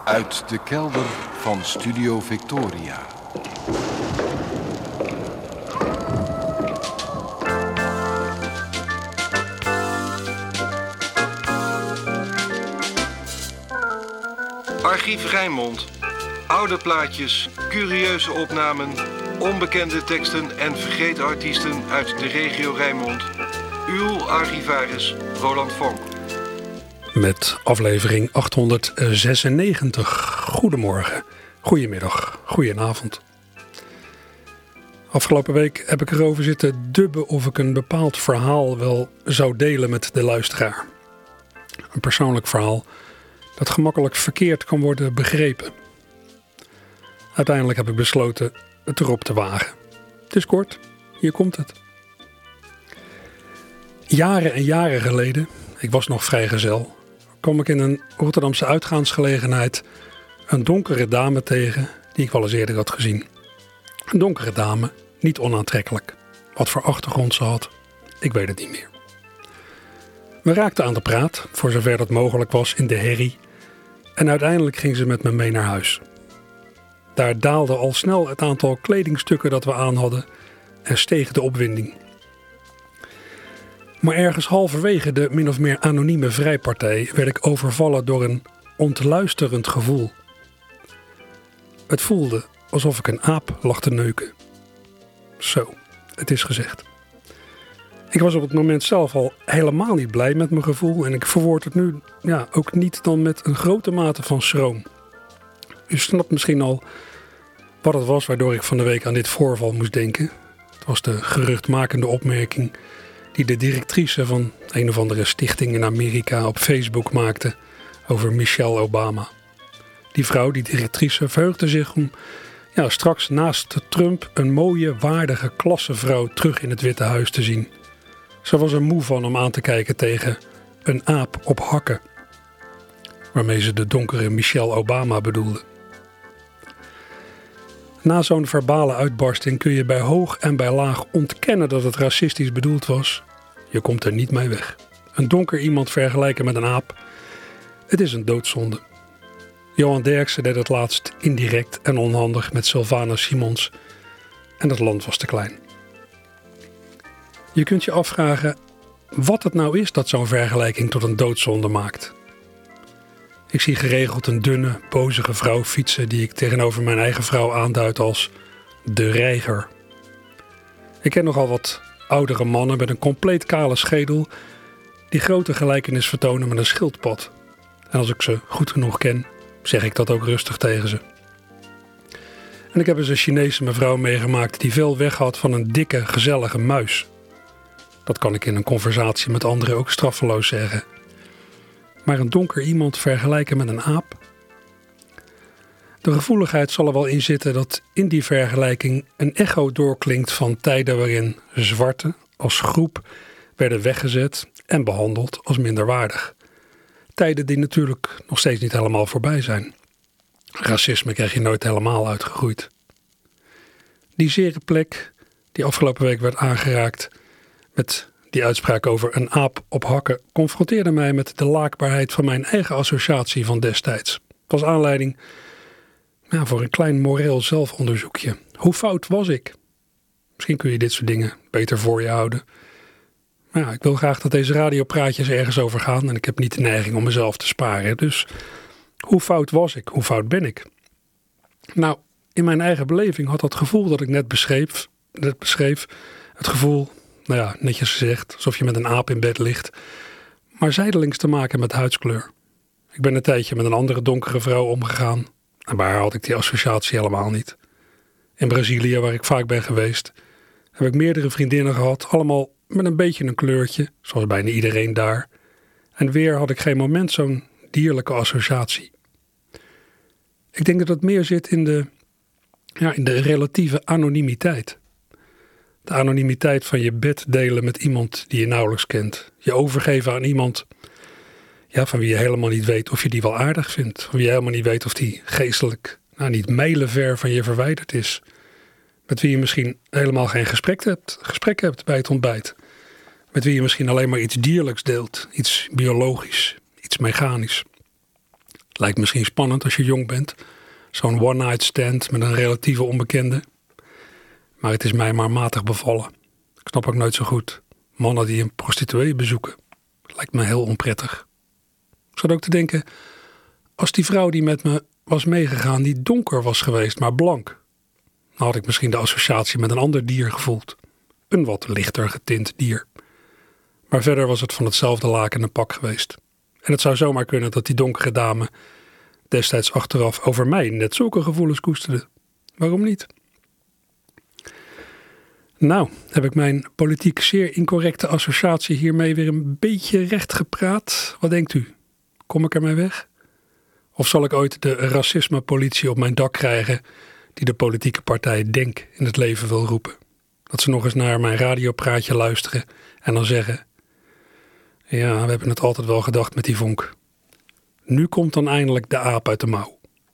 Uit de kelder van Studio Victoria. Archief Rijnmond. Oude plaatjes, curieuze opnamen, onbekende teksten en vergeten artiesten uit de regio Rijnmond. Uw archivaris Roland Vonk. Met aflevering 896. Goedemorgen, goedemiddag, goedenavond. Afgelopen week heb ik erover zitten dubben of ik een bepaald verhaal wel zou delen met de luisteraar. Een persoonlijk verhaal dat gemakkelijk verkeerd kan worden begrepen. Uiteindelijk heb ik besloten het erop te wagen. Het is kort, hier komt het. Jaren en jaren geleden, ik was nog vrijgezel, kwam ik in een Rotterdamse uitgaansgelegenheid een donkere dame tegen die ik wel eens eerder had gezien. Een donkere dame, niet onaantrekkelijk. Wat voor achtergrond ze had, ik weet het niet meer. We raakten aan de praat, voor zover dat mogelijk was, in de herrie. En uiteindelijk ging ze met me mee naar huis. Daar daalde al snel het aantal kledingstukken dat we aan hadden en steeg de opwinding. Maar ergens halverwege de min of meer anonieme vrijpartij werd ik overvallen door een ontluisterend gevoel. Het voelde alsof ik een aap lag te neuken. Zo, het is gezegd. Ik was op het moment zelf al helemaal niet blij met mijn gevoel en ik verwoord het nu ook niet dan met een grote mate van schroom. U snapt misschien al wat het was waardoor ik van de week aan dit voorval moest denken. Het was de geruchtmakende opmerking die de directrice van een of andere stichting in Amerika op Facebook maakte over Michelle Obama. Die vrouw, die directrice, verheugde zich om straks naast Trump een mooie, waardige klassevrouw terug in het Witte Huis te zien. Ze was er moe van om aan te kijken tegen een aap op hakken, waarmee ze de donkere Michelle Obama bedoelde. Na zo'n verbale uitbarsting kun je bij hoog en bij laag ontkennen dat het racistisch bedoeld was. Je komt er niet mee weg. Een donker iemand vergelijken met een aap, het is een doodzonde. Johan Derksen deed het laatst indirect en onhandig met Sylvana Simons en het land was te klein. Je kunt je afvragen wat het nou is dat zo'n vergelijking tot een doodzonde maakt. Ik zie geregeld een dunne, bozige vrouw fietsen die ik tegenover mijn eigen vrouw aanduid als de reiger. Ik ken nogal wat oudere mannen met een compleet kale schedel die grote gelijkenis vertonen met een schildpad. En als ik ze goed genoeg ken, zeg ik dat ook rustig tegen ze. En ik heb eens een Chinese mevrouw meegemaakt die veel weg had van een dikke, gezellige muis. Dat kan ik in een conversatie met anderen ook straffeloos zeggen. Maar een donker iemand vergelijken met een aap? De gevoeligheid zal er wel in zitten dat in die vergelijking een echo doorklinkt van tijden waarin zwarten als groep werden weggezet en behandeld als minderwaardig. Tijden die natuurlijk nog steeds niet helemaal voorbij zijn. Racisme krijg je nooit helemaal uitgegroeid. Die zere plek die afgelopen week werd aangeraakt met die uitspraak over een aap op hakken confronteerde mij met de laakbaarheid van mijn eigen associatie van destijds. Het was aanleiding voor een klein moreel zelfonderzoekje. Hoe fout was ik? Misschien kun je dit soort dingen beter voor je houden. Maar ik wil graag dat deze radiopraatjes ergens over gaan en ik heb niet de neiging om mezelf te sparen. Dus hoe fout was ik? Hoe fout ben ik? Nou, in mijn eigen beleving had dat gevoel dat ik net beschreef het gevoel, netjes gezegd, alsof je met een aap in bed ligt, maar zijdelings te maken met huidskleur. Ik ben een tijdje met een andere donkere vrouw omgegaan en bij haar had ik die associatie helemaal niet. In Brazilië, waar ik vaak ben geweest, heb ik meerdere vriendinnen gehad, allemaal met een beetje een kleurtje, zoals bijna iedereen daar. En weer had ik geen moment zo'n dierlijke associatie. Ik denk dat het meer zit in de relatieve anonimiteit. De anonimiteit van je bed delen met iemand die je nauwelijks kent. Je overgeven aan iemand van wie je helemaal niet weet of je die wel aardig vindt. Van wie je helemaal niet weet of die geestelijk niet mijlenver van je verwijderd is. Met wie je misschien helemaal geen gesprek hebt bij het ontbijt. Met wie je misschien alleen maar iets dierlijks deelt. Iets biologisch, iets mechanisch. Lijkt misschien spannend als je jong bent. Zo'n one-night stand met een relatieve onbekende. Maar het is mij maar matig bevallen. Ik snap ook nooit zo goed. Mannen die een prostituee bezoeken. Lijkt me heel onprettig. Ik zat ook te denken, als die vrouw die met me was meegegaan, die donker was geweest, maar blank. Dan had ik misschien de associatie met een ander dier gevoeld. Een wat lichter getint dier. Maar verder was het van hetzelfde lakenen pak geweest. En het zou zomaar kunnen dat die donkere dame destijds achteraf over mij net zulke gevoelens koesterde. Waarom niet? Nou, heb ik mijn politiek zeer incorrecte associatie hiermee weer een beetje recht gepraat? Wat denkt u? Kom ik ermee weg? Of zal ik ooit de racismepolitie op mijn dak krijgen die de politieke partij Denk in het leven wil roepen? Dat ze nog eens naar mijn radiopraatje luisteren en dan zeggen: ja, we hebben het altijd wel gedacht met die vonk. Nu komt dan eindelijk de aap uit de mouw.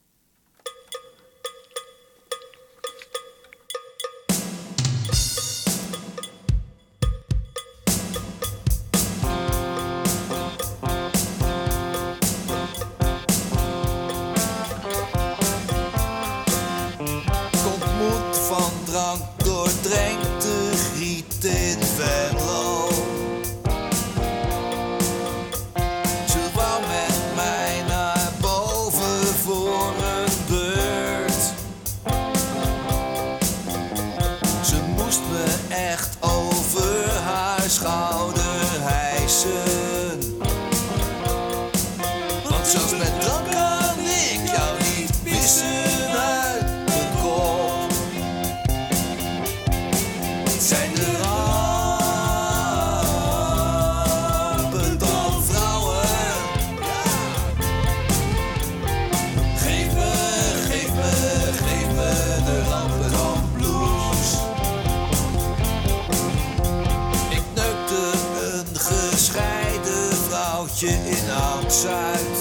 in Oud-Zuid.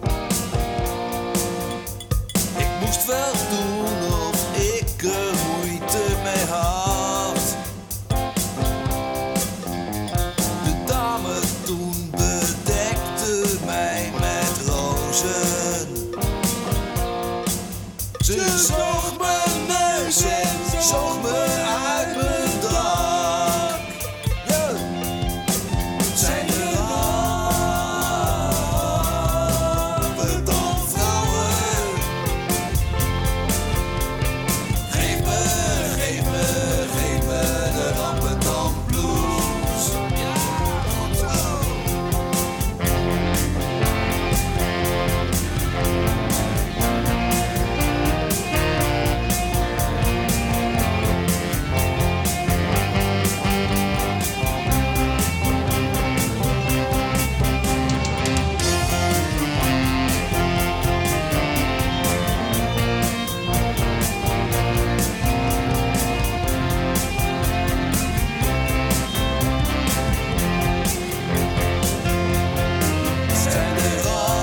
Ik moest wel doen of ik er moeite mee had. De dame toen bedekte mij met rozen. Ze zoog mijn neus en zoog me uit mijn drank. Zijn de rampen dan vrouwen? Geef me de rampen dan blues. Ja, goed zo. Zijn de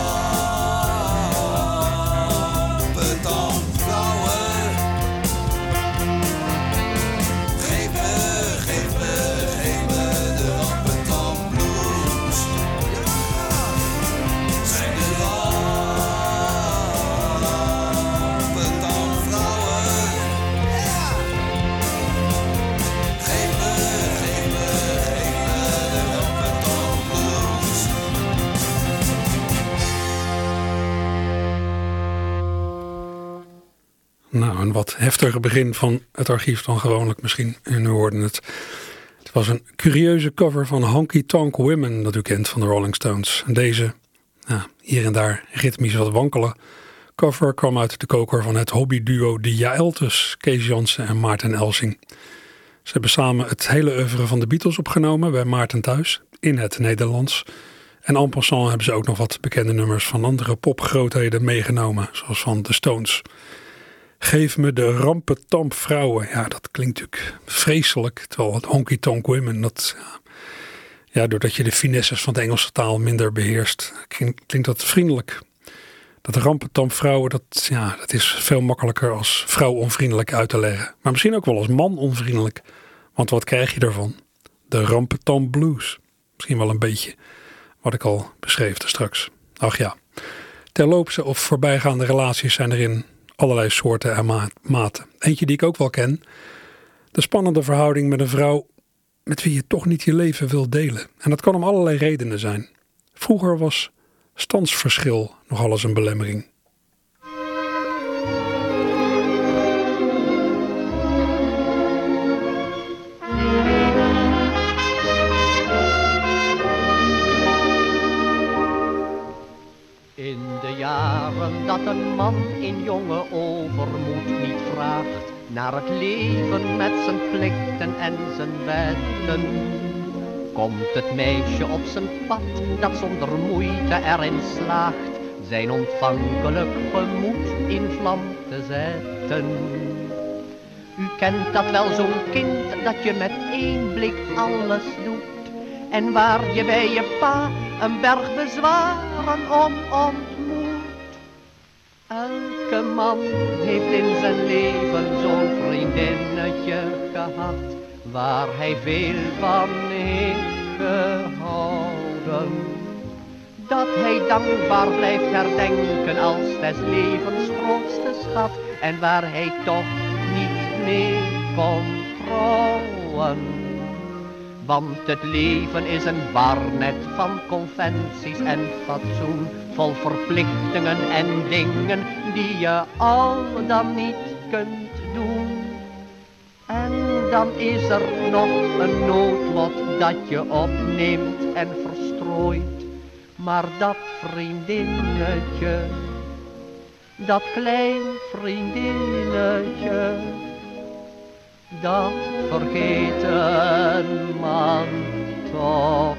rampen dan vrouwen? Geef me de rampen dan blues. Zijn de rampen dan vrouwen? Geef me de rampen dan blues. Nou, een wat heftiger begin van het archief dan gewoonlijk misschien. En u hoorde het. Het was een curieuze cover van Honky Tonk Women, dat u kent van de Rolling Stones. En deze, hier en daar ritmisch wat wankele cover kwam uit de koker van het hobbyduo De Jaeltes, Kees Jansen en Maarten Elsing. Ze hebben samen het hele oeuvre van de Beatles opgenomen bij Maarten thuis, in het Nederlands. En en passant hebben ze ook nog wat bekende nummers van andere popgrootheden meegenomen, zoals van de Stones. Geef me de rampentamp vrouwen. Ja, dat klinkt natuurlijk vreselijk. Terwijl het honky tonk women, doordat je de finesses van de Engelse taal minder beheerst, klinkt dat vriendelijk. Dat rampentamp vrouwen, dat is veel makkelijker als vrouw onvriendelijk uit te leggen. Maar misschien ook wel als man onvriendelijk. Want wat krijg je ervan? De rampentamp blues. Misschien wel een beetje wat ik al beschreef straks. Ach ja. Terloopse of voorbijgaande relaties zijn er in allerlei soorten en maten. Eentje die ik ook wel ken. De spannende verhouding met een vrouw met wie je toch niet je leven wilt delen. En dat kan om allerlei redenen zijn. Vroeger was standsverschil nogal eens een belemmering. In de jaren dat een man in jonge overmoed niet vraagt naar het leven met zijn plichten en zijn wetten, komt het meisje op zijn pad dat zonder moeite erin slaagt zijn ontvankelijk gemoed in vlam te zetten. U kent dat wel, zo'n kind dat je met één blik alles doet en waar je bij je pa een berg bezwaren om ontmoet. Elke man heeft in zijn leven zo'n vriendinnetje gehad waar hij veel van heeft gehouden, dat hij dankbaar blijft herdenken als des levens grootste schat en waar hij toch niet mee kon trouwen. Want het leven is een warnet van conventies en fatsoen, vol verplichtingen en dingen die je al dan niet kunt doen. En dan is er nog een noodlot dat je opneemt en verstrooit. Maar dat vriendinnetje, dat klein vriendinnetje, dat vergeet een man toch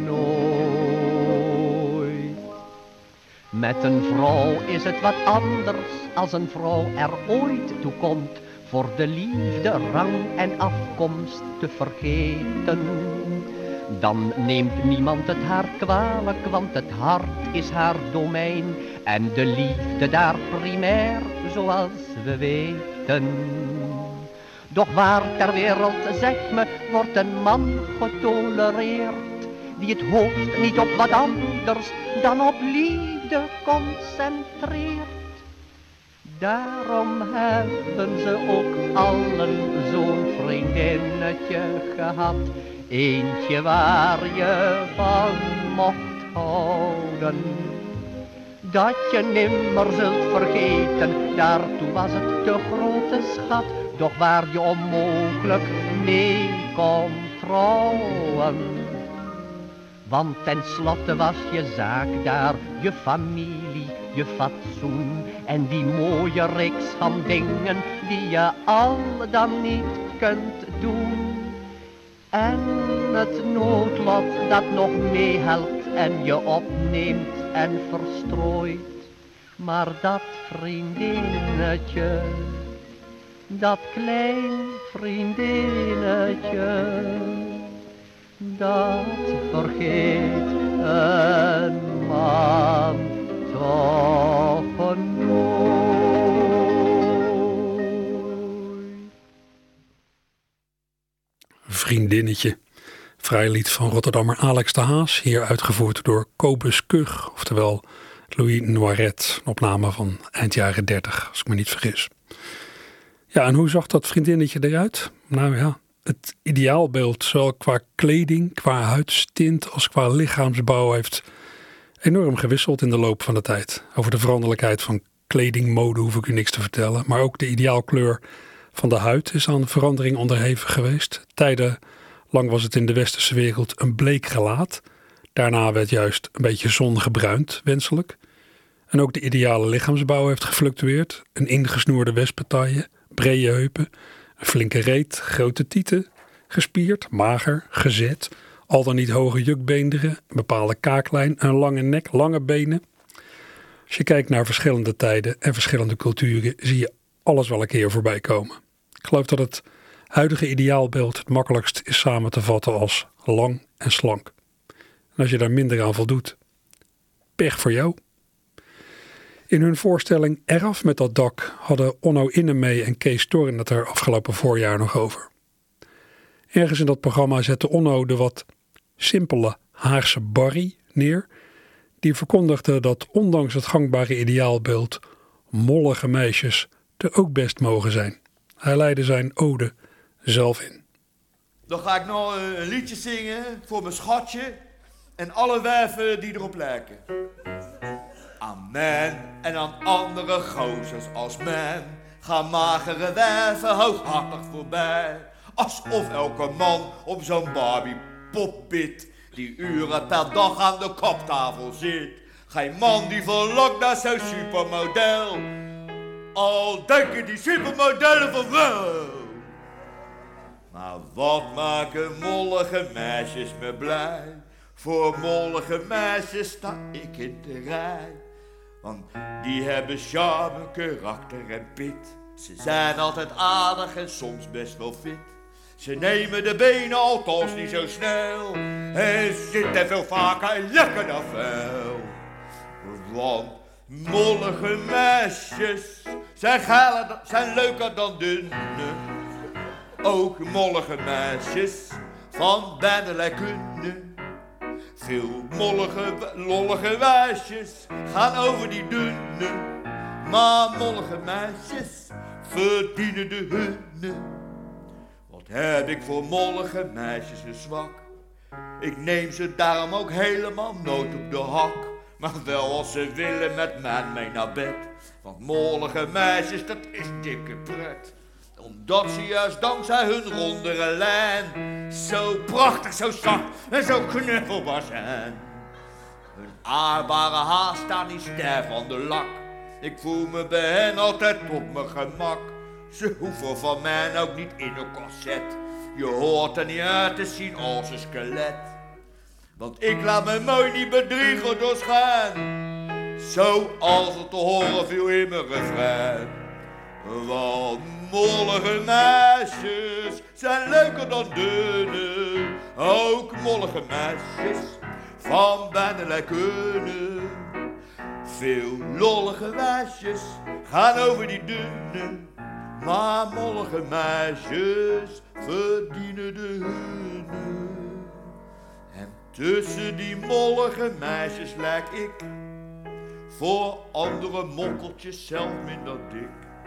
nooit. Met een vrouw is het wat anders als een vrouw er ooit toe komt voor de liefde, rang en afkomst te vergeten. Dan neemt niemand het haar kwalijk, want het hart is haar domein en de liefde daar primair, zoals we weten. Doch waar ter wereld, zeg me, wordt een man getolereerd die het hoofd niet op wat anders dan op liefde concentreert? Daarom hebben ze ook allen zo'n vriendinnetje gehad, eentje waar je van mocht houden, dat je nimmer zult vergeten, daartoe was het te grote schat, doch waar je onmogelijk mee kon trouwen. Want tenslotte was je zaak daar, je familie, je fatsoen en die mooie reeks van dingen die je al dan niet kunt doen. En het noodlot dat nog meehelpt en je opneemt en verstrooit. Maar dat vriendinnetje, dat klein vriendinnetje, dat vergeet een man toch nooit. Vriendinnetje. Vrij lied van Rotterdammer Alex de Haas, hier uitgevoerd door Cobus Kug, oftewel Louis Noiret, een opname van eind jaren 30, als ik me niet vergis. Ja, en hoe zag dat vriendinnetje eruit? Nou ja, het ideaalbeeld, zowel qua kleding, qua huidstint als qua lichaamsbouw, heeft enorm gewisseld in de loop van de tijd. Over de veranderlijkheid van kledingmode hoef ik u niks te vertellen, maar ook de ideaalkleur van de huid is aan verandering onderhevig geweest. Tijdenlang was het in de westerse wereld een bleek gelaat. Daarna werd juist een beetje zongebruind wenselijk. En ook de ideale lichaamsbouw heeft gefluctueerd. Een ingesnoerde wespentaille, brede heupen, een flinke reet, grote tieten, gespierd, mager, gezet, al dan niet hoge jukbeenderen, een bepaalde kaaklijn, een lange nek, lange benen. Als je kijkt naar verschillende tijden en verschillende culturen, zie je alles wel een keer voorbij komen. Ik geloof dat het huidige ideaalbeeld het makkelijkst is samen te vatten als lang en slank. En als je daar minder aan voldoet, pech voor jou. In hun voorstelling Eraf met dat dak hadden Onno Innemee en Kees Torn het er afgelopen voorjaar nog over. Ergens in dat programma zette Onno de wat simpele Haagse Barry neer, Die verkondigde dat ondanks het gangbare ideaalbeeld mollige meisjes er ook best mogen zijn. Hij leidde zijn ode zelf in. Dan ga ik nog een liedje zingen voor mijn schatje en alle wijven die erop lijken. Aan men en aan andere gozers als men gaan magere wijven hooghartig voorbij. Alsof elke man op zo'n Barbie-pop bidt, die uren per dag aan de koptafel zit. Geen man die verlangt naar zo'n supermodel, al denken die supermodellen van wel. Maar wat maken mollige meisjes me blij? Voor mollige meisjes sta ik in de rij. Want die hebben charme, karakter en pit. Ze zijn altijd aardig en soms best wel fit. Ze nemen de benen althans niet zo snel en zitten veel vaker lekker naar vuil. Want mollige meisjes zijn leuker dan dunne. Ook mollige meisjes van bijna kunnen. Veel lollige wijsjes gaan over die dunne. Maar mollige meisjes verdienen de hunne. Wat heb ik voor mollige meisjes een zwak. Ik neem ze daarom ook helemaal nooit op de hak. Maar wel als ze willen met mij mee naar bed. Want mollige meisjes, dat is dikke pret. Omdat ze juist dankzij hun rondere lijn zo prachtig, zo zacht en zo knuffelbaar zijn. Hun aardbare haar staan niet stijf van de lak. Ik voel me bij hen altijd op mijn gemak. Ze hoeven van mij ook niet in een corset. Je hoort er niet uit te zien als een skelet. Want ik laat me mooi niet bedriegen door schijn. Zoals het te horen viel in mijn refrein. Want mollige meisjes zijn leuker dan dunne. Ook mollige meisjes van bijna kunnen. Veel lollige meisjes gaan over die dunne. Maar mollige meisjes verdienen de hunne. En tussen die mollige meisjes lijk ik voor andere mokkeltjes zelf minder dik.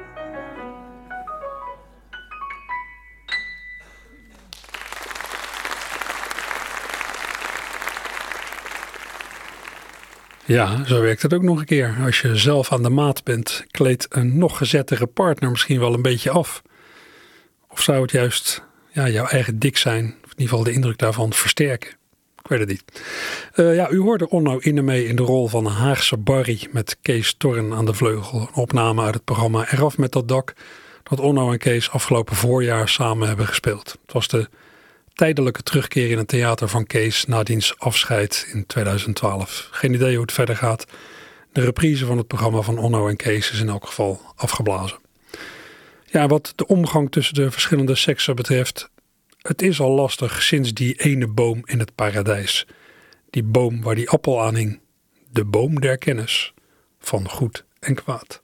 Ja, zo werkt het ook nog een keer. Als je zelf aan de maat bent, kleedt een nog gezettere partner misschien wel een beetje af. Of zou het juist jouw eigen dik zijn, of in ieder geval de indruk daarvan versterken? Ik weet het niet. U hoorde Onno Innemee in de rol van Haagse Barry met Kees Torren aan de vleugel. Een opname uit het programma Eraf met dat dak, dat Onno en Kees afgelopen voorjaar samen hebben gespeeld. Het was de tijdelijke terugkeer in het theater van Kees na diens afscheid in 2012. Geen idee hoe het verder gaat. De reprise van het programma van Onno en Kees is in elk geval afgeblazen. Ja, wat de omgang tussen de verschillende seksen betreft, het is al lastig sinds die ene boom in het paradijs. Die boom waar die appel aan hing. De boom der kennis van goed en kwaad.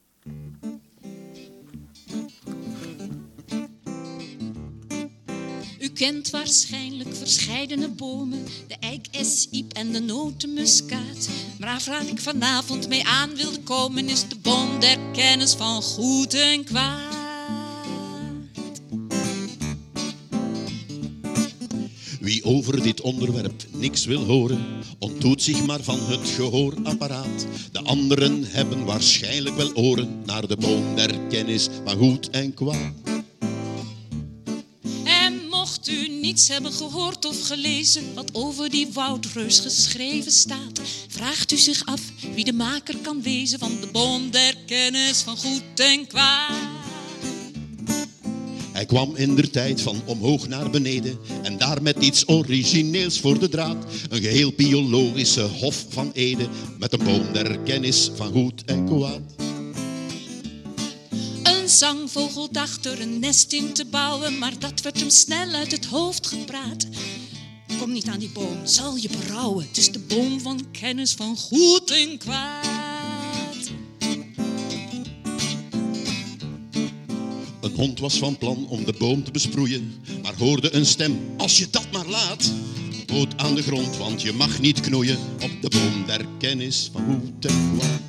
U kent waarschijnlijk verscheidene bomen, de eik, es, iep en de notenmuskaat. Maar waar ik vanavond mee aan wilde komen is de boom der kennis van goed en kwaad. Wie over dit onderwerp niks wil horen, ontdoet zich maar van het gehoorapparaat. De anderen hebben waarschijnlijk wel oren naar de boom der kennis van goed en kwaad. Mocht u niets hebben gehoord of gelezen wat over die woudreus geschreven staat, vraagt u zich af wie de maker kan wezen van de boom der kennis van goed en kwaad. Hij kwam indertijd van omhoog naar beneden en daar met iets origineels voor de draad. Een geheel biologische hof van Ede met een boom der kennis van goed en kwaad. Een zangvogel dacht er een nest in te bouwen, maar dat werd hem snel uit het hoofd gepraat. Kom niet aan die boom, zal je berouwen. Het is de boom van kennis van goed en kwaad. Een hond was van plan om de boom te besproeien, maar hoorde een stem: als je dat maar laat. poot aan de grond, want je mag niet knoeien op de boom der kennis van goed en kwaad.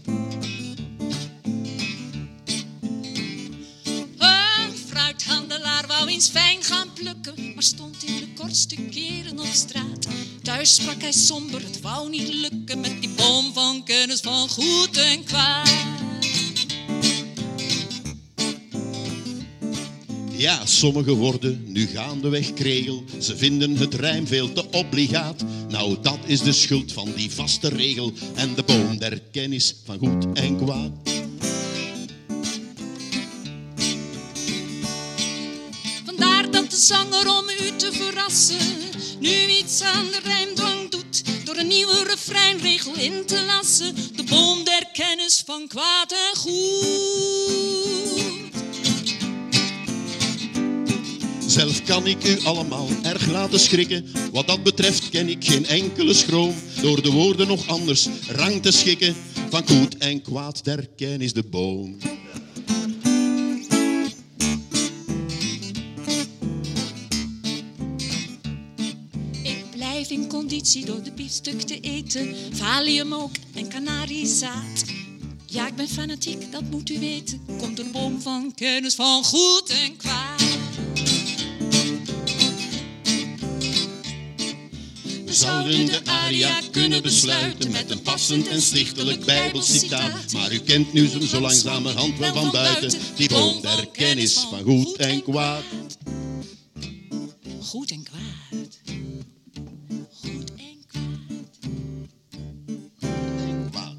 Een fruithandelaar wou eens fijn gaan plukken, maar stond in de kortste keren op straat. Thuis sprak hij somber, het wou niet lukken met die boom van kennis van goed en kwaad. Ja, sommige worden nu gaandeweg kregel. Ze vinden het rijm veel te obligaat. Nou, dat is de schuld van die vaste regel en de boom der kennis van goed en kwaad. Vandaar dat de zanger om u te verrassen nu iets aan de rijmdwang doet, door een nieuwe refreinregel in te lassen. De boom der kennis van kwaad en goed. Zelf kan ik u allemaal erg laten schrikken. Wat dat betreft ken ik geen enkele schroom. Door de woorden nog anders rang te schikken. Van goed en kwaad der kennis de boom. Ik blijf in conditie door de biefstuk te eten. Valium ook en kanariezaad. Ja, ik ben fanatiek, dat moet u weten. Komt een boom van kennis van goed en kwaad. We zouden de aria kunnen besluiten met een passend en stichtelijk bijbelcitaat. Maar u kent nu zo langzamerhand wel van buiten die boom der kennis van goed en kwaad. Goed en kwaad. Goed en kwaad.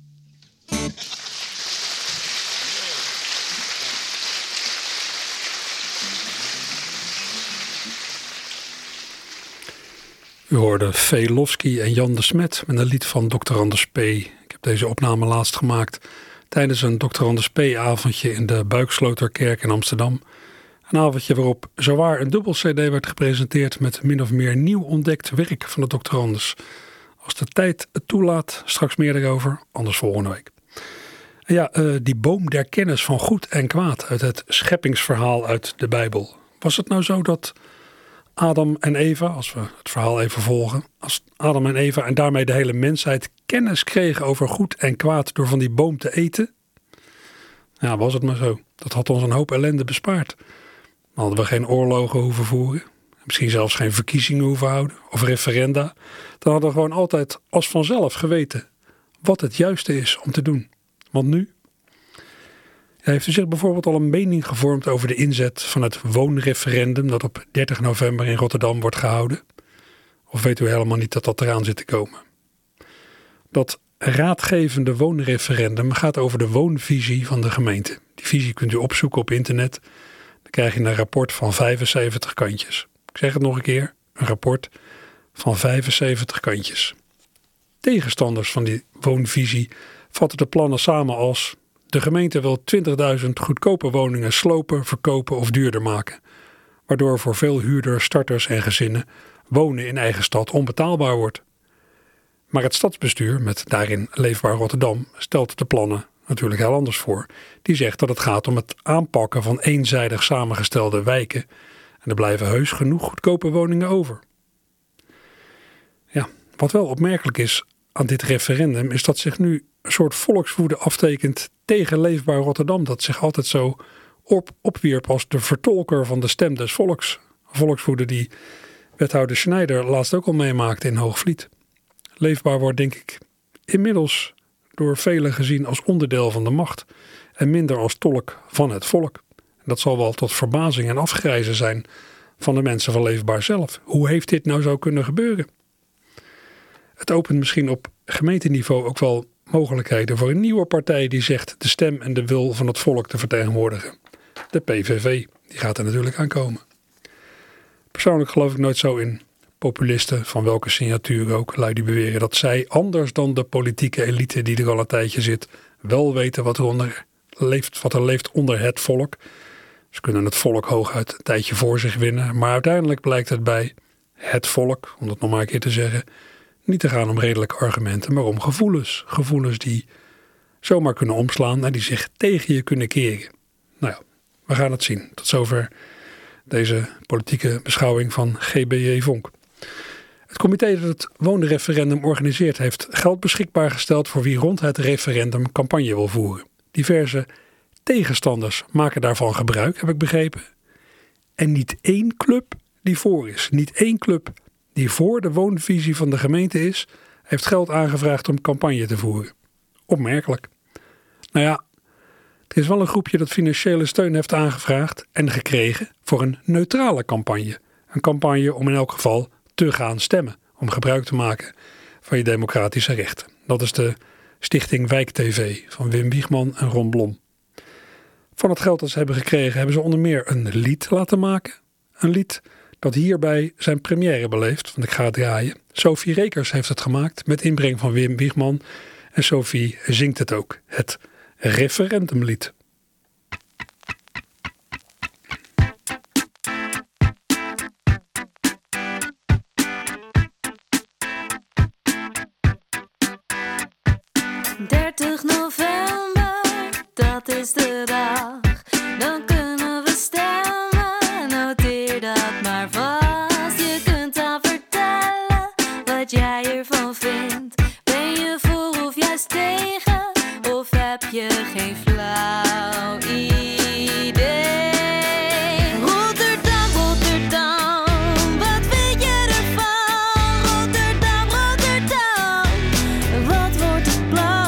U hoorde Velofsky en Jan de Smet met een lied van Dr. Anders P. Ik heb deze opname laatst gemaakt tijdens een Dr. Anders P-avondje in de Buiksloterkerk in Amsterdam. Een avondje waarop zowaar een dubbel cd werd gepresenteerd met min of meer nieuw ontdekt werk van de Dr. Anders. Als de tijd het toelaat, straks meer erover, anders volgende week. En ja, die boom der kennis van goed en kwaad uit het scheppingsverhaal uit de Bijbel. Was het nou zo dat Adam en Eva, als we het verhaal even volgen, als Adam en Eva en daarmee de hele mensheid kennis kregen over goed en kwaad door van die boom te eten? Ja, was het maar zo. Dat had ons een hoop ellende bespaard. Dan hadden we geen oorlogen hoeven voeren, misschien zelfs geen verkiezingen hoeven houden of referenda. Dan hadden we gewoon altijd als vanzelf geweten wat het juiste is om te doen. Want nu? Heeft u zich bijvoorbeeld al een mening gevormd over de inzet van het woonreferendum dat op 30 november in Rotterdam wordt gehouden? Of weet u helemaal niet dat dat eraan zit te komen? Dat raadgevende woonreferendum gaat over de woonvisie van de gemeente. Die visie kunt u opzoeken op internet. Dan krijg je een rapport van 75 kantjes. Ik zeg het nog een keer, een rapport van 75 kantjes. Tegenstanders van die woonvisie vatten de plannen samen als: de gemeente wil 20.000 goedkope woningen slopen, verkopen of duurder maken. Waardoor voor veel huurders, starters en gezinnen wonen in eigen stad onbetaalbaar wordt. Maar het stadsbestuur, met daarin Leefbaar Rotterdam, stelt de plannen natuurlijk heel anders voor. Die zegt dat het gaat om het aanpakken van eenzijdig samengestelde wijken. En er blijven heus genoeg goedkope woningen over. Ja, wat wel opmerkelijk is aan dit referendum is dat zich nu een soort volkswoede aftekent tegen Leefbaar Rotterdam, dat zich altijd zo opwierp als de vertolker van de stem des volks. Volkswoede die wethouder Schneider laatst ook al meemaakte in Hoogvliet. Leefbaar wordt denk ik inmiddels door velen gezien als onderdeel van de macht en minder als tolk van het volk. En dat zal wel tot verbazing en afgrijzen zijn van de mensen van Leefbaar zelf. Hoe heeft dit nou zo kunnen gebeuren? Het opent misschien op gemeenteniveau ook wel mogelijkheden voor een nieuwe partij die zegt de stem en de wil van het volk te vertegenwoordigen. De PVV, die gaat er natuurlijk aankomen. Persoonlijk geloof ik nooit zo in populisten van welke signatuur ook, lui die beweren dat zij, anders dan de politieke elite die er al een tijdje zit, wel weten wat er leeft onder het volk. Ze kunnen het volk hooguit een tijdje voor zich winnen, maar uiteindelijk blijkt het bij het volk, om dat nog maar een keer te zeggen, niet te gaan om redelijke argumenten, maar om gevoelens. Gevoelens die zomaar kunnen omslaan en die zich tegen je kunnen keren. Nou ja, we gaan het zien. Tot zover deze politieke beschouwing van GBJ Vonk. Het comité dat het woonreferendum organiseert heeft geld beschikbaar gesteld voor wie rond het referendum campagne wil voeren. Diverse tegenstanders maken daarvan gebruik, heb ik begrepen. En niet één club die voor is, niet één club die voor de woonvisie van de gemeente is, heeft geld aangevraagd om campagne te voeren. Opmerkelijk. Nou ja, er is wel een groepje dat financiële steun heeft aangevraagd en gekregen voor een neutrale campagne. Een campagne om in elk geval te gaan stemmen, om gebruik te maken van je democratische rechten. Dat is de Stichting Wijk TV van Wim Wiegman en Ron Blom. Van het geld dat ze hebben gekregen hebben ze onder meer een lied laten maken. Een lied dat hierbij zijn première beleeft, want ik ga het draaien. Sophie Rekers heeft het gemaakt met inbreng van Wim Wiegman. En Sophie zingt het ook, het referendumlied. November, dat is de dag, dan kunnen we stemmen, noteer dat maar vast. Je kunt dan vertellen wat jij ervan vindt. Ben je voor of juist tegen, of heb je geen flauw idee? Rotterdam, Rotterdam, wat vind je ervan? Rotterdam, Rotterdam, wat wordt het plan?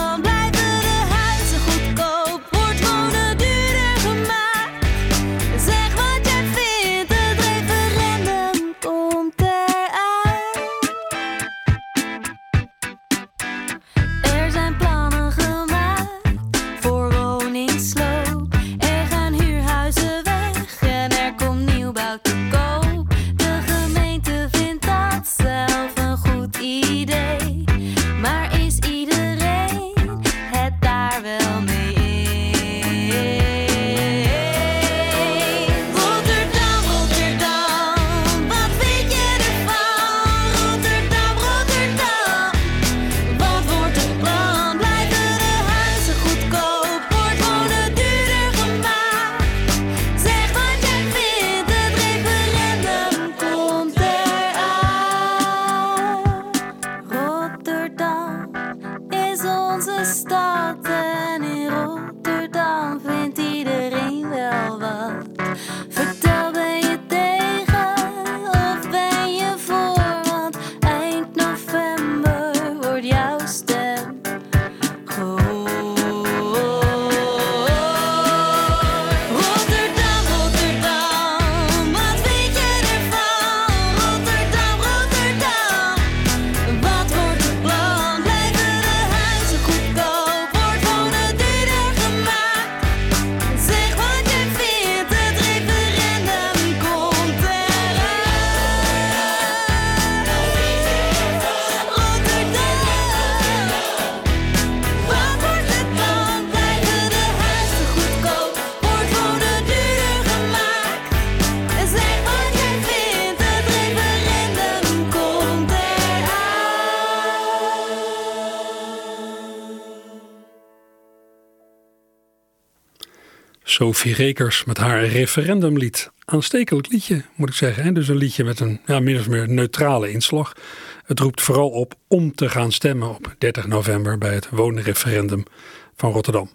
Sophie Rekers met haar referendumlied. Aanstekelijk liedje, moet ik zeggen. En dus een liedje met een min of meer neutrale inslag. Het roept vooral op om te gaan stemmen op 30 november bij het woonreferendum van Rotterdam.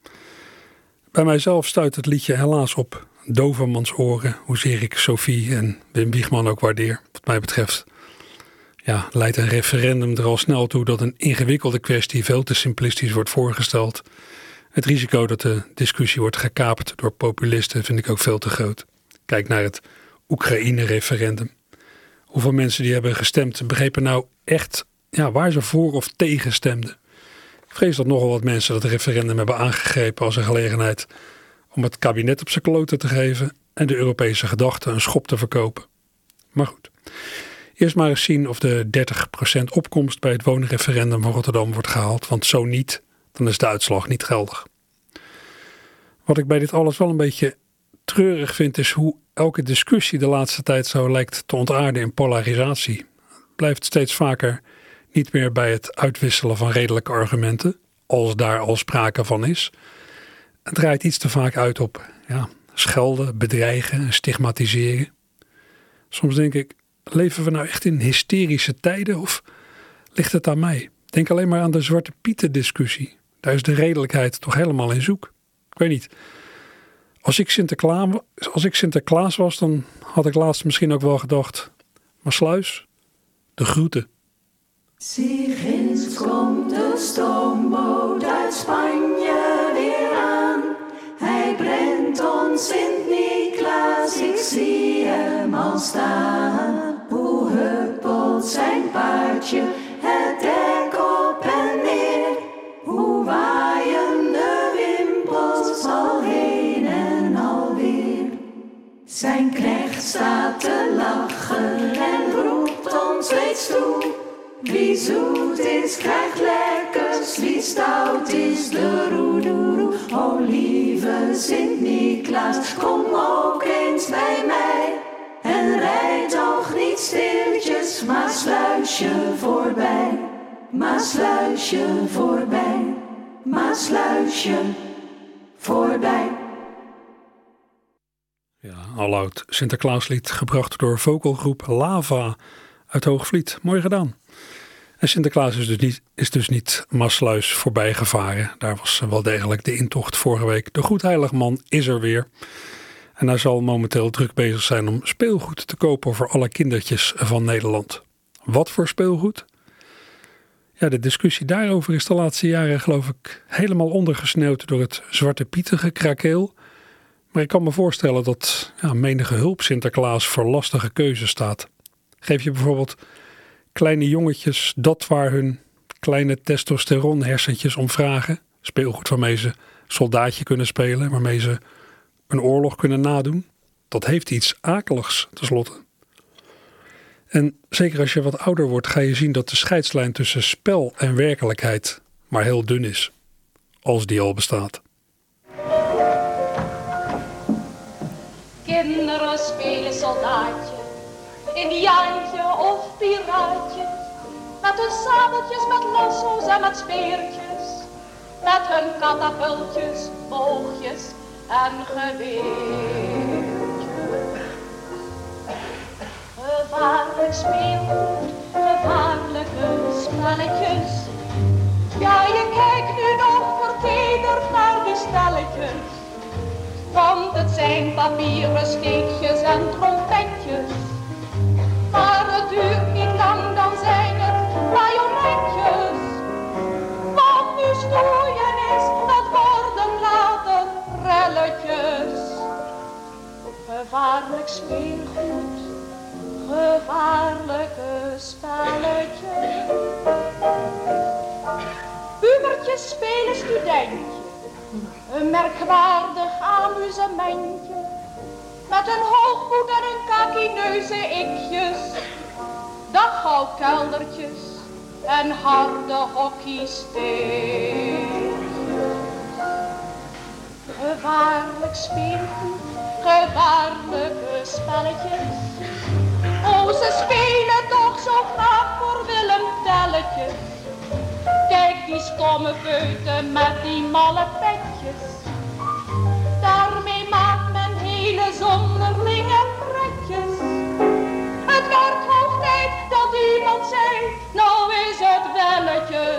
Bij mijzelf stuit het liedje helaas op dovermansoren, hoezeer ik Sophie en Wim Wiegman ook waardeer. Wat mij betreft leidt een referendum er al snel toe dat een ingewikkelde kwestie veel te simplistisch wordt voorgesteld. Het risico dat de discussie wordt gekaapt door populisten vind ik ook veel te groot. Kijk naar het Oekraïne-referendum. Hoeveel mensen die hebben gestemd begrepen nou echt waar ze voor of tegen stemden. Ik vrees dat nogal wat mensen dat referendum hebben aangegrepen als een gelegenheid om het kabinet op zijn kloten te geven en de Europese gedachte een schop te verkopen. Maar goed, eerst maar eens zien of de 30% opkomst bij het woonreferendum van Rotterdam wordt gehaald, want zo niet, dan is de uitslag niet geldig. Wat ik bij dit alles wel een beetje treurig vind is hoe elke discussie de laatste tijd zo lijkt te ontaarden in polarisatie. Het blijft steeds vaker niet meer bij het uitwisselen van redelijke argumenten, als daar al sprake van is. Het draait iets te vaak uit op schelden, bedreigen en stigmatiseren. Soms denk ik, Leven we nou echt in hysterische tijden of ligt het aan mij? Denk alleen maar aan de Zwarte Pieten discussie. Daar is de redelijkheid toch helemaal in zoek. Ik weet niet. Als ik Sinterklaas was, dan had ik laatst misschien ook wel gedacht. Maar Sluis, de groeten. Zie, ginds komt de stoomboot uit Spanje weer aan. Hij brengt ons Sint-Niklaas, ik zie hem al staan. Hoe huppelt zijn paardje het dek op en neer. Hoe waaien de wimpels al heen en alweer. Zijn knecht staat te lachen en roept ons steeds toe. Wie zoet is, krijgt lekkers, wie stout is, de roedoeroe. O lieve Sint-Niklaas, kom ook eens bij mij. En rijd toch niet stilletjes, maar sluisje voorbij. Maar sluisje voorbij, maar sluisje voorbij. Ja, aloud Sinterklaaslied gebracht door vocalgroep Lava uit Hoogvliet. Mooi gedaan. En Sinterklaas is dus niet Maasluis voorbij gevaren. Daar was wel degelijk de intocht vorige week. De Goedheiligman is er weer. En hij zal momenteel druk bezig zijn om speelgoed te kopen voor alle kindertjes van Nederland. Wat voor speelgoed? Ja, de discussie daarover is de laatste jaren geloof ik helemaal ondergesneeuwd door het Zwarte Pieten gekrakeel. Maar ik kan me voorstellen dat menige hulp Sinterklaas voor lastige keuzes staat. Geef je bijvoorbeeld kleine jongetjes dat waar hun kleine testosteronhersentjes om vragen. Speelgoed waarmee ze soldaatje kunnen spelen, waarmee ze een oorlog kunnen nadoen. Dat heeft iets akeligs tenslotte. En zeker als je wat ouder wordt ga je zien dat de scheidslijn tussen spel en werkelijkheid maar heel dun is. Als die al bestaat. Kinderen spelen soldaatje, indiaantje of piraatje. Met hun sabeltjes, met lasso's en met speertjes. Met hun katapultjes, boogjes en geweertjes. Gevaarlijk speelgoed, gevaarlijke spelletjes. Ja, je kijkt nu nog vertederd naar die stelletjes. Want het zijn papieren steekjes en trompetjes. Maar het duurt niet lang, dan zijn het bajonetjes. Want nu stoeien is, het worden later relletjes. Gevaarlijk speelgoed, gevaarlijke spelletjes. Pubertjes spelen studentje. Een merkwaardig amusementje. Met een hoogvoet en een kakineuze ikjes. Daghoudkeldertjes en harde hockeysteekjes. Gevaarlijk speelgoed, gevaarlijke spelletjes. Oh, ze spelen toch zo graag voor Willem Telletjes. Kijk die stomme feuten met die malle petjes. Daarmee maakt men hele zonderlinge pretjes. Het wordt hoog tijd dat iemand zei, nou is het welletjes.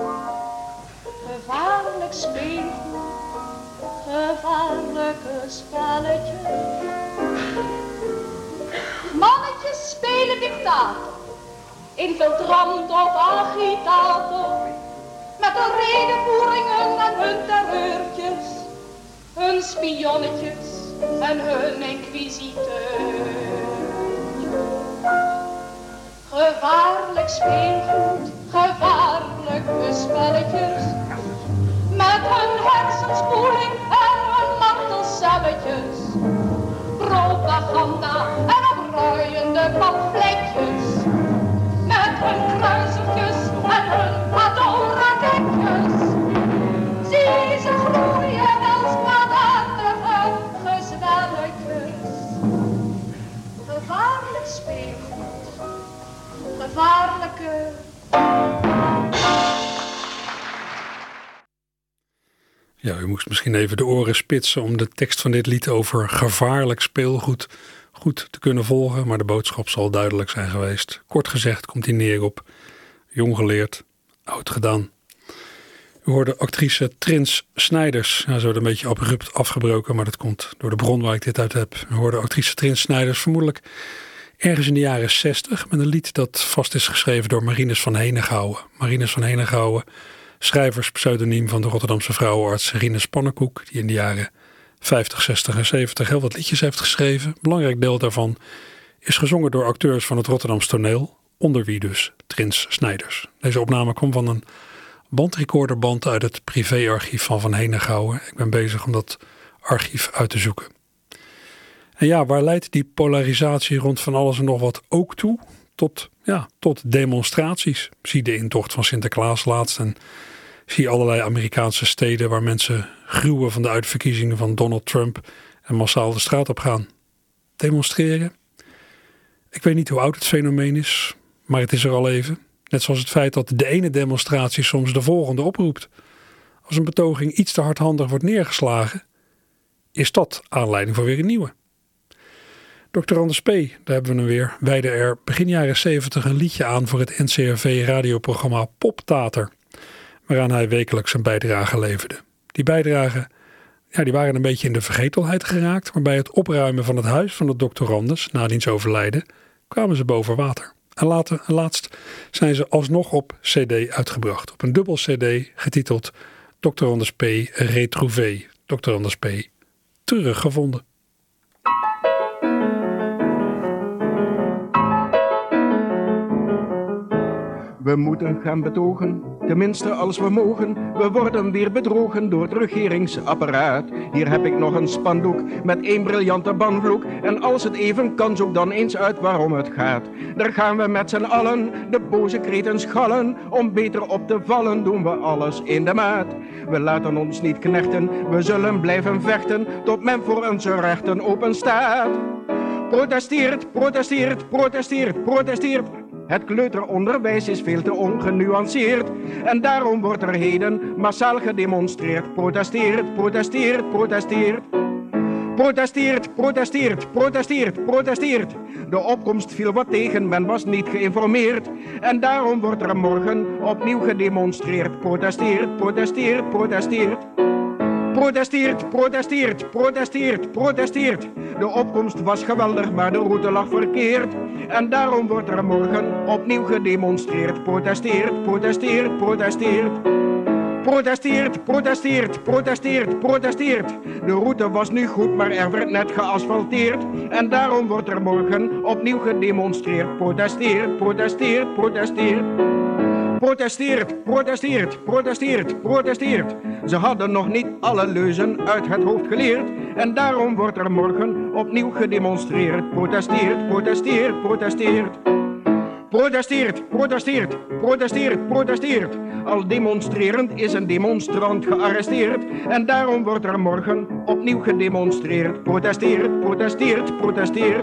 Gevaarlijk speelgoed, gevaarlijke spelletjes. Mannetjes spelen dictator, infiltrant of agitator. Met hun redenvoeringen en hun terreurtjes, hun spionnetjes en hun inquisiteurs. Gevaarlijk speelgoed, gevaarlijke spelletjes. Met hun hersenspoeling en hun martelcelletjes. Propaganda en opruiende pamfletjes. Met hun kruisertjes en hun atoomraketjes. Zie ze groeien als kwaadaardige gezwelletjes. Gevaarlijk speelgoed, gevaarlijke. Ja, u moest misschien even de oren spitsen om de tekst van dit lied over gevaarlijk speelgoed goed te kunnen volgen, maar de boodschap zal duidelijk zijn geweest. Kort gezegd komt hij neer op jong geleerd, oud gedaan. U hoorde actrice Trins Snijders. Ja, ze wordt een beetje abrupt afgebroken, maar dat komt door de bron waar ik dit uit heb. U hoorde actrice Trins Snijders vermoedelijk ergens in de jaren 60 met een lied dat vast is geschreven door Marinus van Henegouwen. Marinus van Henegouwen, schrijverspseudoniem van de Rotterdamse vrouwenarts Rinus Pannenkoek, die in de jaren 50, 60 en 70 heel wat liedjes heeft geschreven. Een belangrijk deel daarvan is gezongen door acteurs van het Rotterdamse toneel, onder wie dus Trins Snijders. Deze opname kwam van een bandrecorderband uit het privéarchief van Henegouwen. Ik ben bezig om dat archief uit te zoeken. En ja, waar leidt die polarisatie rond van alles en nog wat ook toe? Tot demonstraties. Zie de intocht van Sinterklaas laatst en zie allerlei Amerikaanse steden waar mensen gruwen van de uitverkiezingen van Donald Trump en massaal de straat op gaan. Demonstreren? Ik weet niet hoe oud het fenomeen is, maar het is er al even. Net zoals het feit dat de ene demonstratie soms de volgende oproept. Als een betoging iets te hardhandig wordt neergeslagen, is dat aanleiding voor weer een nieuwe. Dr. Anders P., daar hebben we hem weer, wijde er begin jaren 70 een liedje aan voor het NCRV-radioprogramma Poptater, waaraan hij wekelijks een bijdrage leverde. Die bijdragen die waren een beetje in de vergetelheid geraakt, maar bij het opruimen van het huis van de Dr. Anders, na diens overlijden, kwamen ze boven water. En laatst zijn ze alsnog op cd uitgebracht. Op een dubbel cd getiteld Dr. Anders P. Retrouvé. Dr. Anders P. teruggevonden. We moeten gaan betogen, tenminste als we mogen. We worden weer bedrogen door het regeringsapparaat. Hier heb ik nog een spandoek met 1 briljante banvloek. En als het even kan, zoek dan eens uit waarom het gaat. Daar gaan we met z'n allen de boze kreten schallen. Om beter op te vallen doen we alles in de maat. We laten ons niet knechten, we zullen blijven vechten tot men voor onze rechten open staat. Protesteert, protesteert, protesteert, protesteert. Het kleuteronderwijs is veel te ongenuanceerd. En daarom wordt er heden massaal gedemonstreerd. Protesteert, protesteert, protesteert. Protesteert, protesteert, protesteert, protesteert. De opkomst viel wat tegen, men was niet geïnformeerd. En daarom wordt er morgen opnieuw gedemonstreerd. Protesteert, protesteert, protesteert. Protesteert, protesteert, protesteert, protesteert. De opkomst was geweldig, maar de route lag verkeerd. En daarom wordt er morgen opnieuw gedemonstreerd. Protesteert, protesteert, protesteert. Protesteert, protesteert, protesteert, protesteert. De route was nu goed, maar er werd net geasfalteerd. En daarom wordt er morgen opnieuw gedemonstreerd. Protesteert, protesteert, protesteert. Protesteert, protesteert, protesteert, protesteert. Ze hadden nog niet alle leuzen uit het hoofd geleerd. En daarom wordt er morgen opnieuw gedemonstreerd. Protesteert, protesteert, protesteert. Protesteert, protesteert, protesteert, protesteert. Al demonstrerend is een demonstrant gearresteerd. En daarom wordt er morgen opnieuw gedemonstreerd. Protesteert, protesteert, protesteert.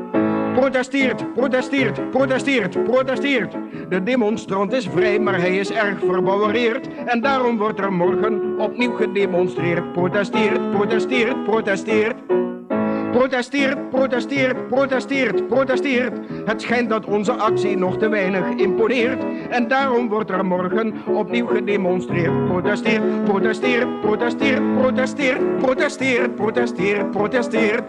Protesteert, protesteert, protesteert, protesteert. De demonstrant is vrij, maar hij is erg verbouwereerd. En daarom wordt er morgen opnieuw gedemonstreerd. Protesteert, protesteert, protesteert. Protesteert, protesteert, protesteert, protesteert. Het schijnt dat onze actie nog te weinig imponeert. En daarom wordt er morgen opnieuw gedemonstreerd. Protesteert, protesteert, protesteert, protesteert, protesteert, protesteert, protesteert.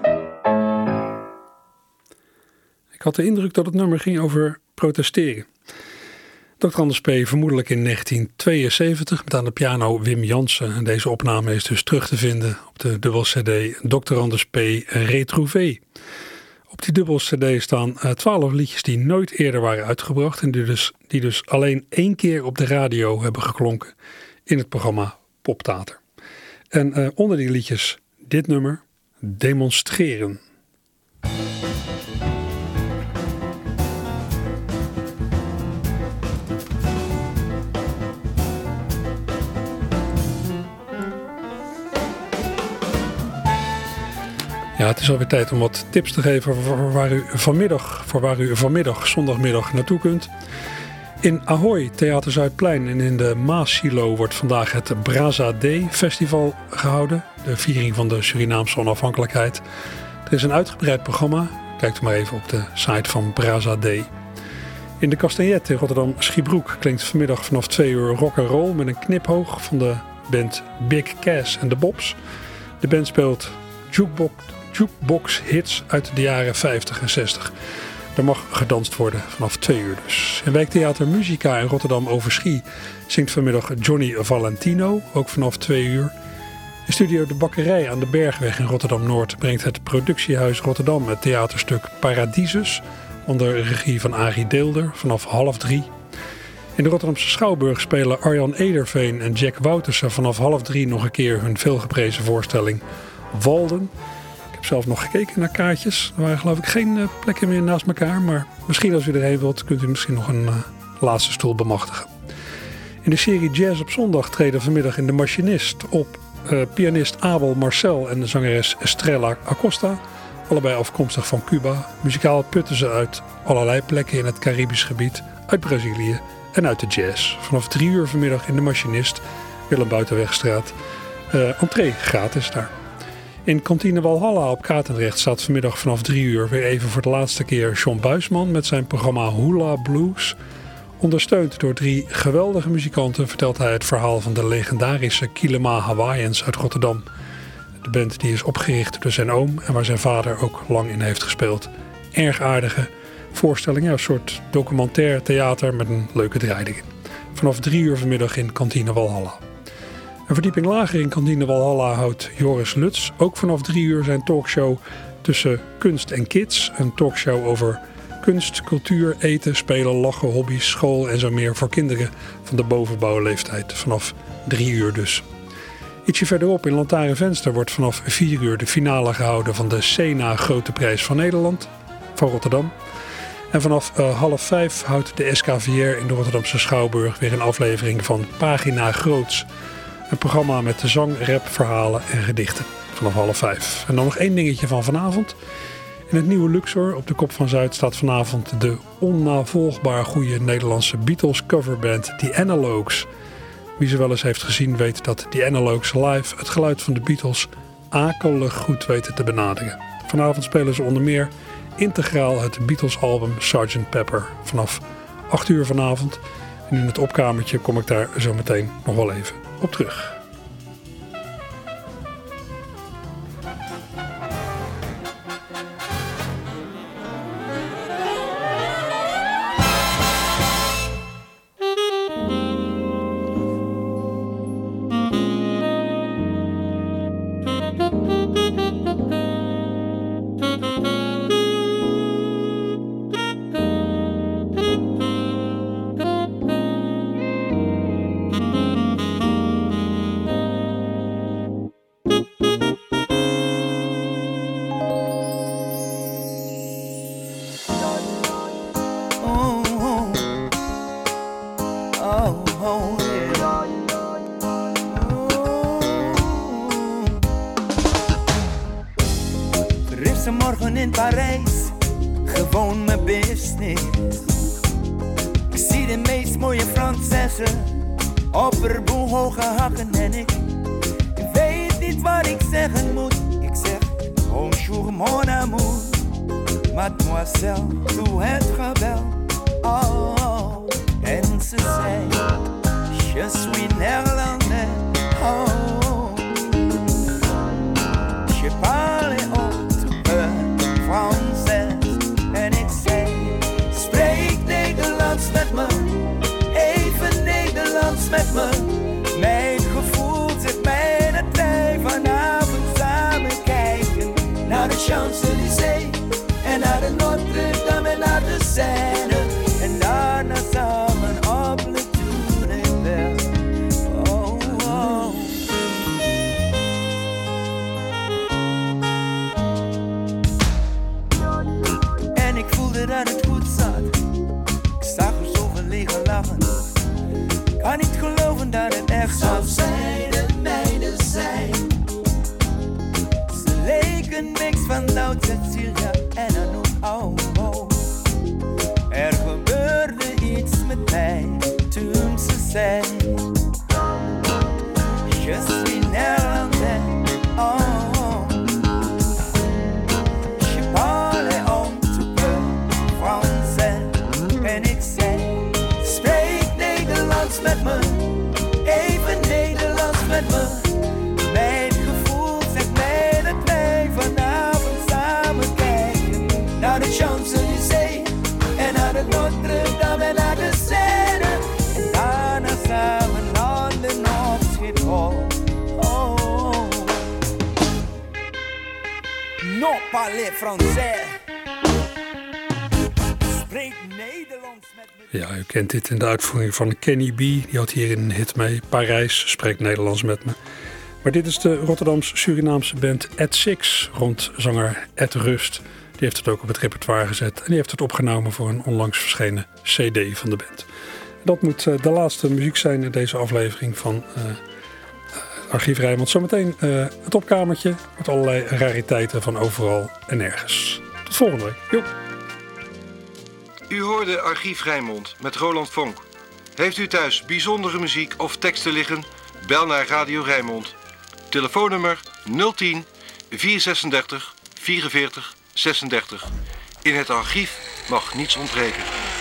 Ik had de indruk dat het nummer ging over protesteren. Dr. Anders P. vermoedelijk in 1972 met aan de piano Wim Jansen. En deze opname is dus terug te vinden op de dubbel cd Dr. Anders P. Retrouvé. Op die dubbel cd staan 12 liedjes die nooit eerder waren uitgebracht. En die dus alleen 1 keer op de radio hebben geklonken in het programma Poptater. En onder die liedjes dit nummer, Demonstreren. Ja, het is alweer tijd om wat tips te geven voor waar u vanmiddag, zondagmiddag, naartoe kunt. In Ahoy, Theater Zuidplein en in de Maassilo wordt vandaag het Braza Day Festival gehouden. De viering van de Surinaamse onafhankelijkheid. Er is een uitgebreid programma. Kijkt u maar even op de site van Brazade. In de Castagnet in Rotterdam Schiebroek klinkt vanmiddag vanaf 2 uur rock and roll met een kniphoog van de band Big Cass en de Bobs. De band speelt jukebox hits uit de jaren 50 en 60. Er mag gedanst worden vanaf 2 uur dus. In Wijktheater Musica in Rotterdam Overschie zingt vanmiddag Johnny Valentino, ook vanaf 2 uur. In Studio De Bakkerij aan de Bergweg in Rotterdam-Noord brengt het Productiehuis Rotterdam het theaterstuk Paradisus onder regie van Arie Deelder vanaf 2:30. In de Rotterdamse Schouwburg spelen Arjan Ederveen en Jack Woutersen vanaf 2:30 nog een keer hun veelgeprezen voorstelling Walden. Ik heb zelf nog gekeken naar kaartjes. Er waren geloof ik geen plekken meer naast elkaar, maar misschien als u erheen wilt kunt u misschien nog een laatste stoel bemachtigen. In de serie Jazz op zondag treden vanmiddag in De Machinist op pianist Abel Marcel en de zangeres Estrella Acosta, allebei afkomstig van Cuba. Muzikaal putten ze uit allerlei plekken in het Caribisch gebied, uit Brazilië en uit de jazz. Vanaf 3 uur vanmiddag in De Machinist, Willem Buitenwegstraat. Entree gratis daar. In Kantine Walhalla op Katendrecht staat vanmiddag vanaf 3 uur weer even voor de laatste keer John Buisman met zijn programma Hula Blues. Ondersteund door 3 geweldige muzikanten vertelt hij het verhaal van de legendarische Kilima Hawaiians uit Rotterdam. De band die is opgericht door zijn oom en waar zijn vader ook lang in heeft gespeeld. Erg aardige voorstelling, een soort documentair theater met een leuke draaiing. Vanaf 3 uur vanmiddag in Kantine Walhalla. Een verdieping lager in Kantine Walhalla houdt Joris Lutz ook vanaf 3 uur zijn talkshow Tussen Kunst en Kids. Een talkshow over kunst, cultuur, eten, spelen, lachen, hobby's, school en zo meer voor kinderen van de bovenbouwleeftijd. Vanaf 3 uur dus. Ietsje verderop in Lantaarnvenster wordt vanaf 4 uur de finale gehouden van de Sena Grote Prijs van Nederland van Rotterdam. En vanaf 4:30 houdt de SKVR in de Rotterdamse Schouwburg weer een aflevering van Pagina Groots. Een programma met de zang, rap, verhalen en gedichten. Vanaf 4:30. En dan nog 1 dingetje van vanavond. In het nieuwe Luxor op de Kop van Zuid staat vanavond de onnavolgbaar goede Nederlandse Beatles coverband The Analogues. Wie ze wel eens heeft gezien weet dat The Analogues live het geluid van de Beatles akelig goed weten te benaderen. Vanavond spelen ze onder meer integraal het Beatles album Sgt. Pepper vanaf 8 uur vanavond. En in het opkamertje kom ik daar zo meteen nog wel even op terug. Morgen in Parijs, gewoon mijn business. Ik zie de meest mooie Fransessen op haar boelhoge hakken en ik weet niet wat ik zeggen moet. Ik zeg, bonjour mon amour, mademoiselle, doe het gebel. Oh, en ze zei, je suis néerlandais. Oh, je parle Franses. En ik zei, spreek Nederlands met me, even Nederlands met me. Mijn gevoel zegt mij dat wij vanavond samen kijken naar de Champs-Élysées en naar de Notre-Dame en naar de Seine. En daarna samen op Le Tour Eiffel. Oh, oh. Ik voelde dat het goed zat. Ik zag er zoveel lege lachen. Kan niet geloven dat het echt zou zijn. De mijne zijn. Ze leken mix van Loud, Cecilia en Anouk. Oh, oh. Er gebeurde iets met mij toen ze zei, je suis néerlandais. Oh, je parle met me, even Nederlands met me. Mijn gevoel zegt mij dat wij vanavond samen kijken naar de Champs-Élysées en naar de Notre-Dame en naar de Seine. En daarna samen landen op Schiphol. Oh. Non parler français. Spreek Nederlands met me. Ja, u kent dit in de uitvoering van Kenny B. Die had hier een hit mee. Parijs spreekt Nederlands met me. Maar dit is de Rotterdams-Surinaamse band Ed Six rond zanger Ed Rust. Die heeft het ook op het repertoire gezet. En die heeft het opgenomen voor een onlangs verschenen cd van de band. En dat moet de laatste muziek zijn in deze aflevering van Archief Rijnmond. Zometeen het opkamertje met allerlei rariteiten van overal en nergens. Tot volgende week. Jo. U hoorde Archief Rijnmond met Roland Vonk. Heeft u thuis bijzondere muziek of teksten liggen? Bel naar Radio Rijnmond. Telefoonnummer 010 436 44 36. In het archief mag niets ontbreken.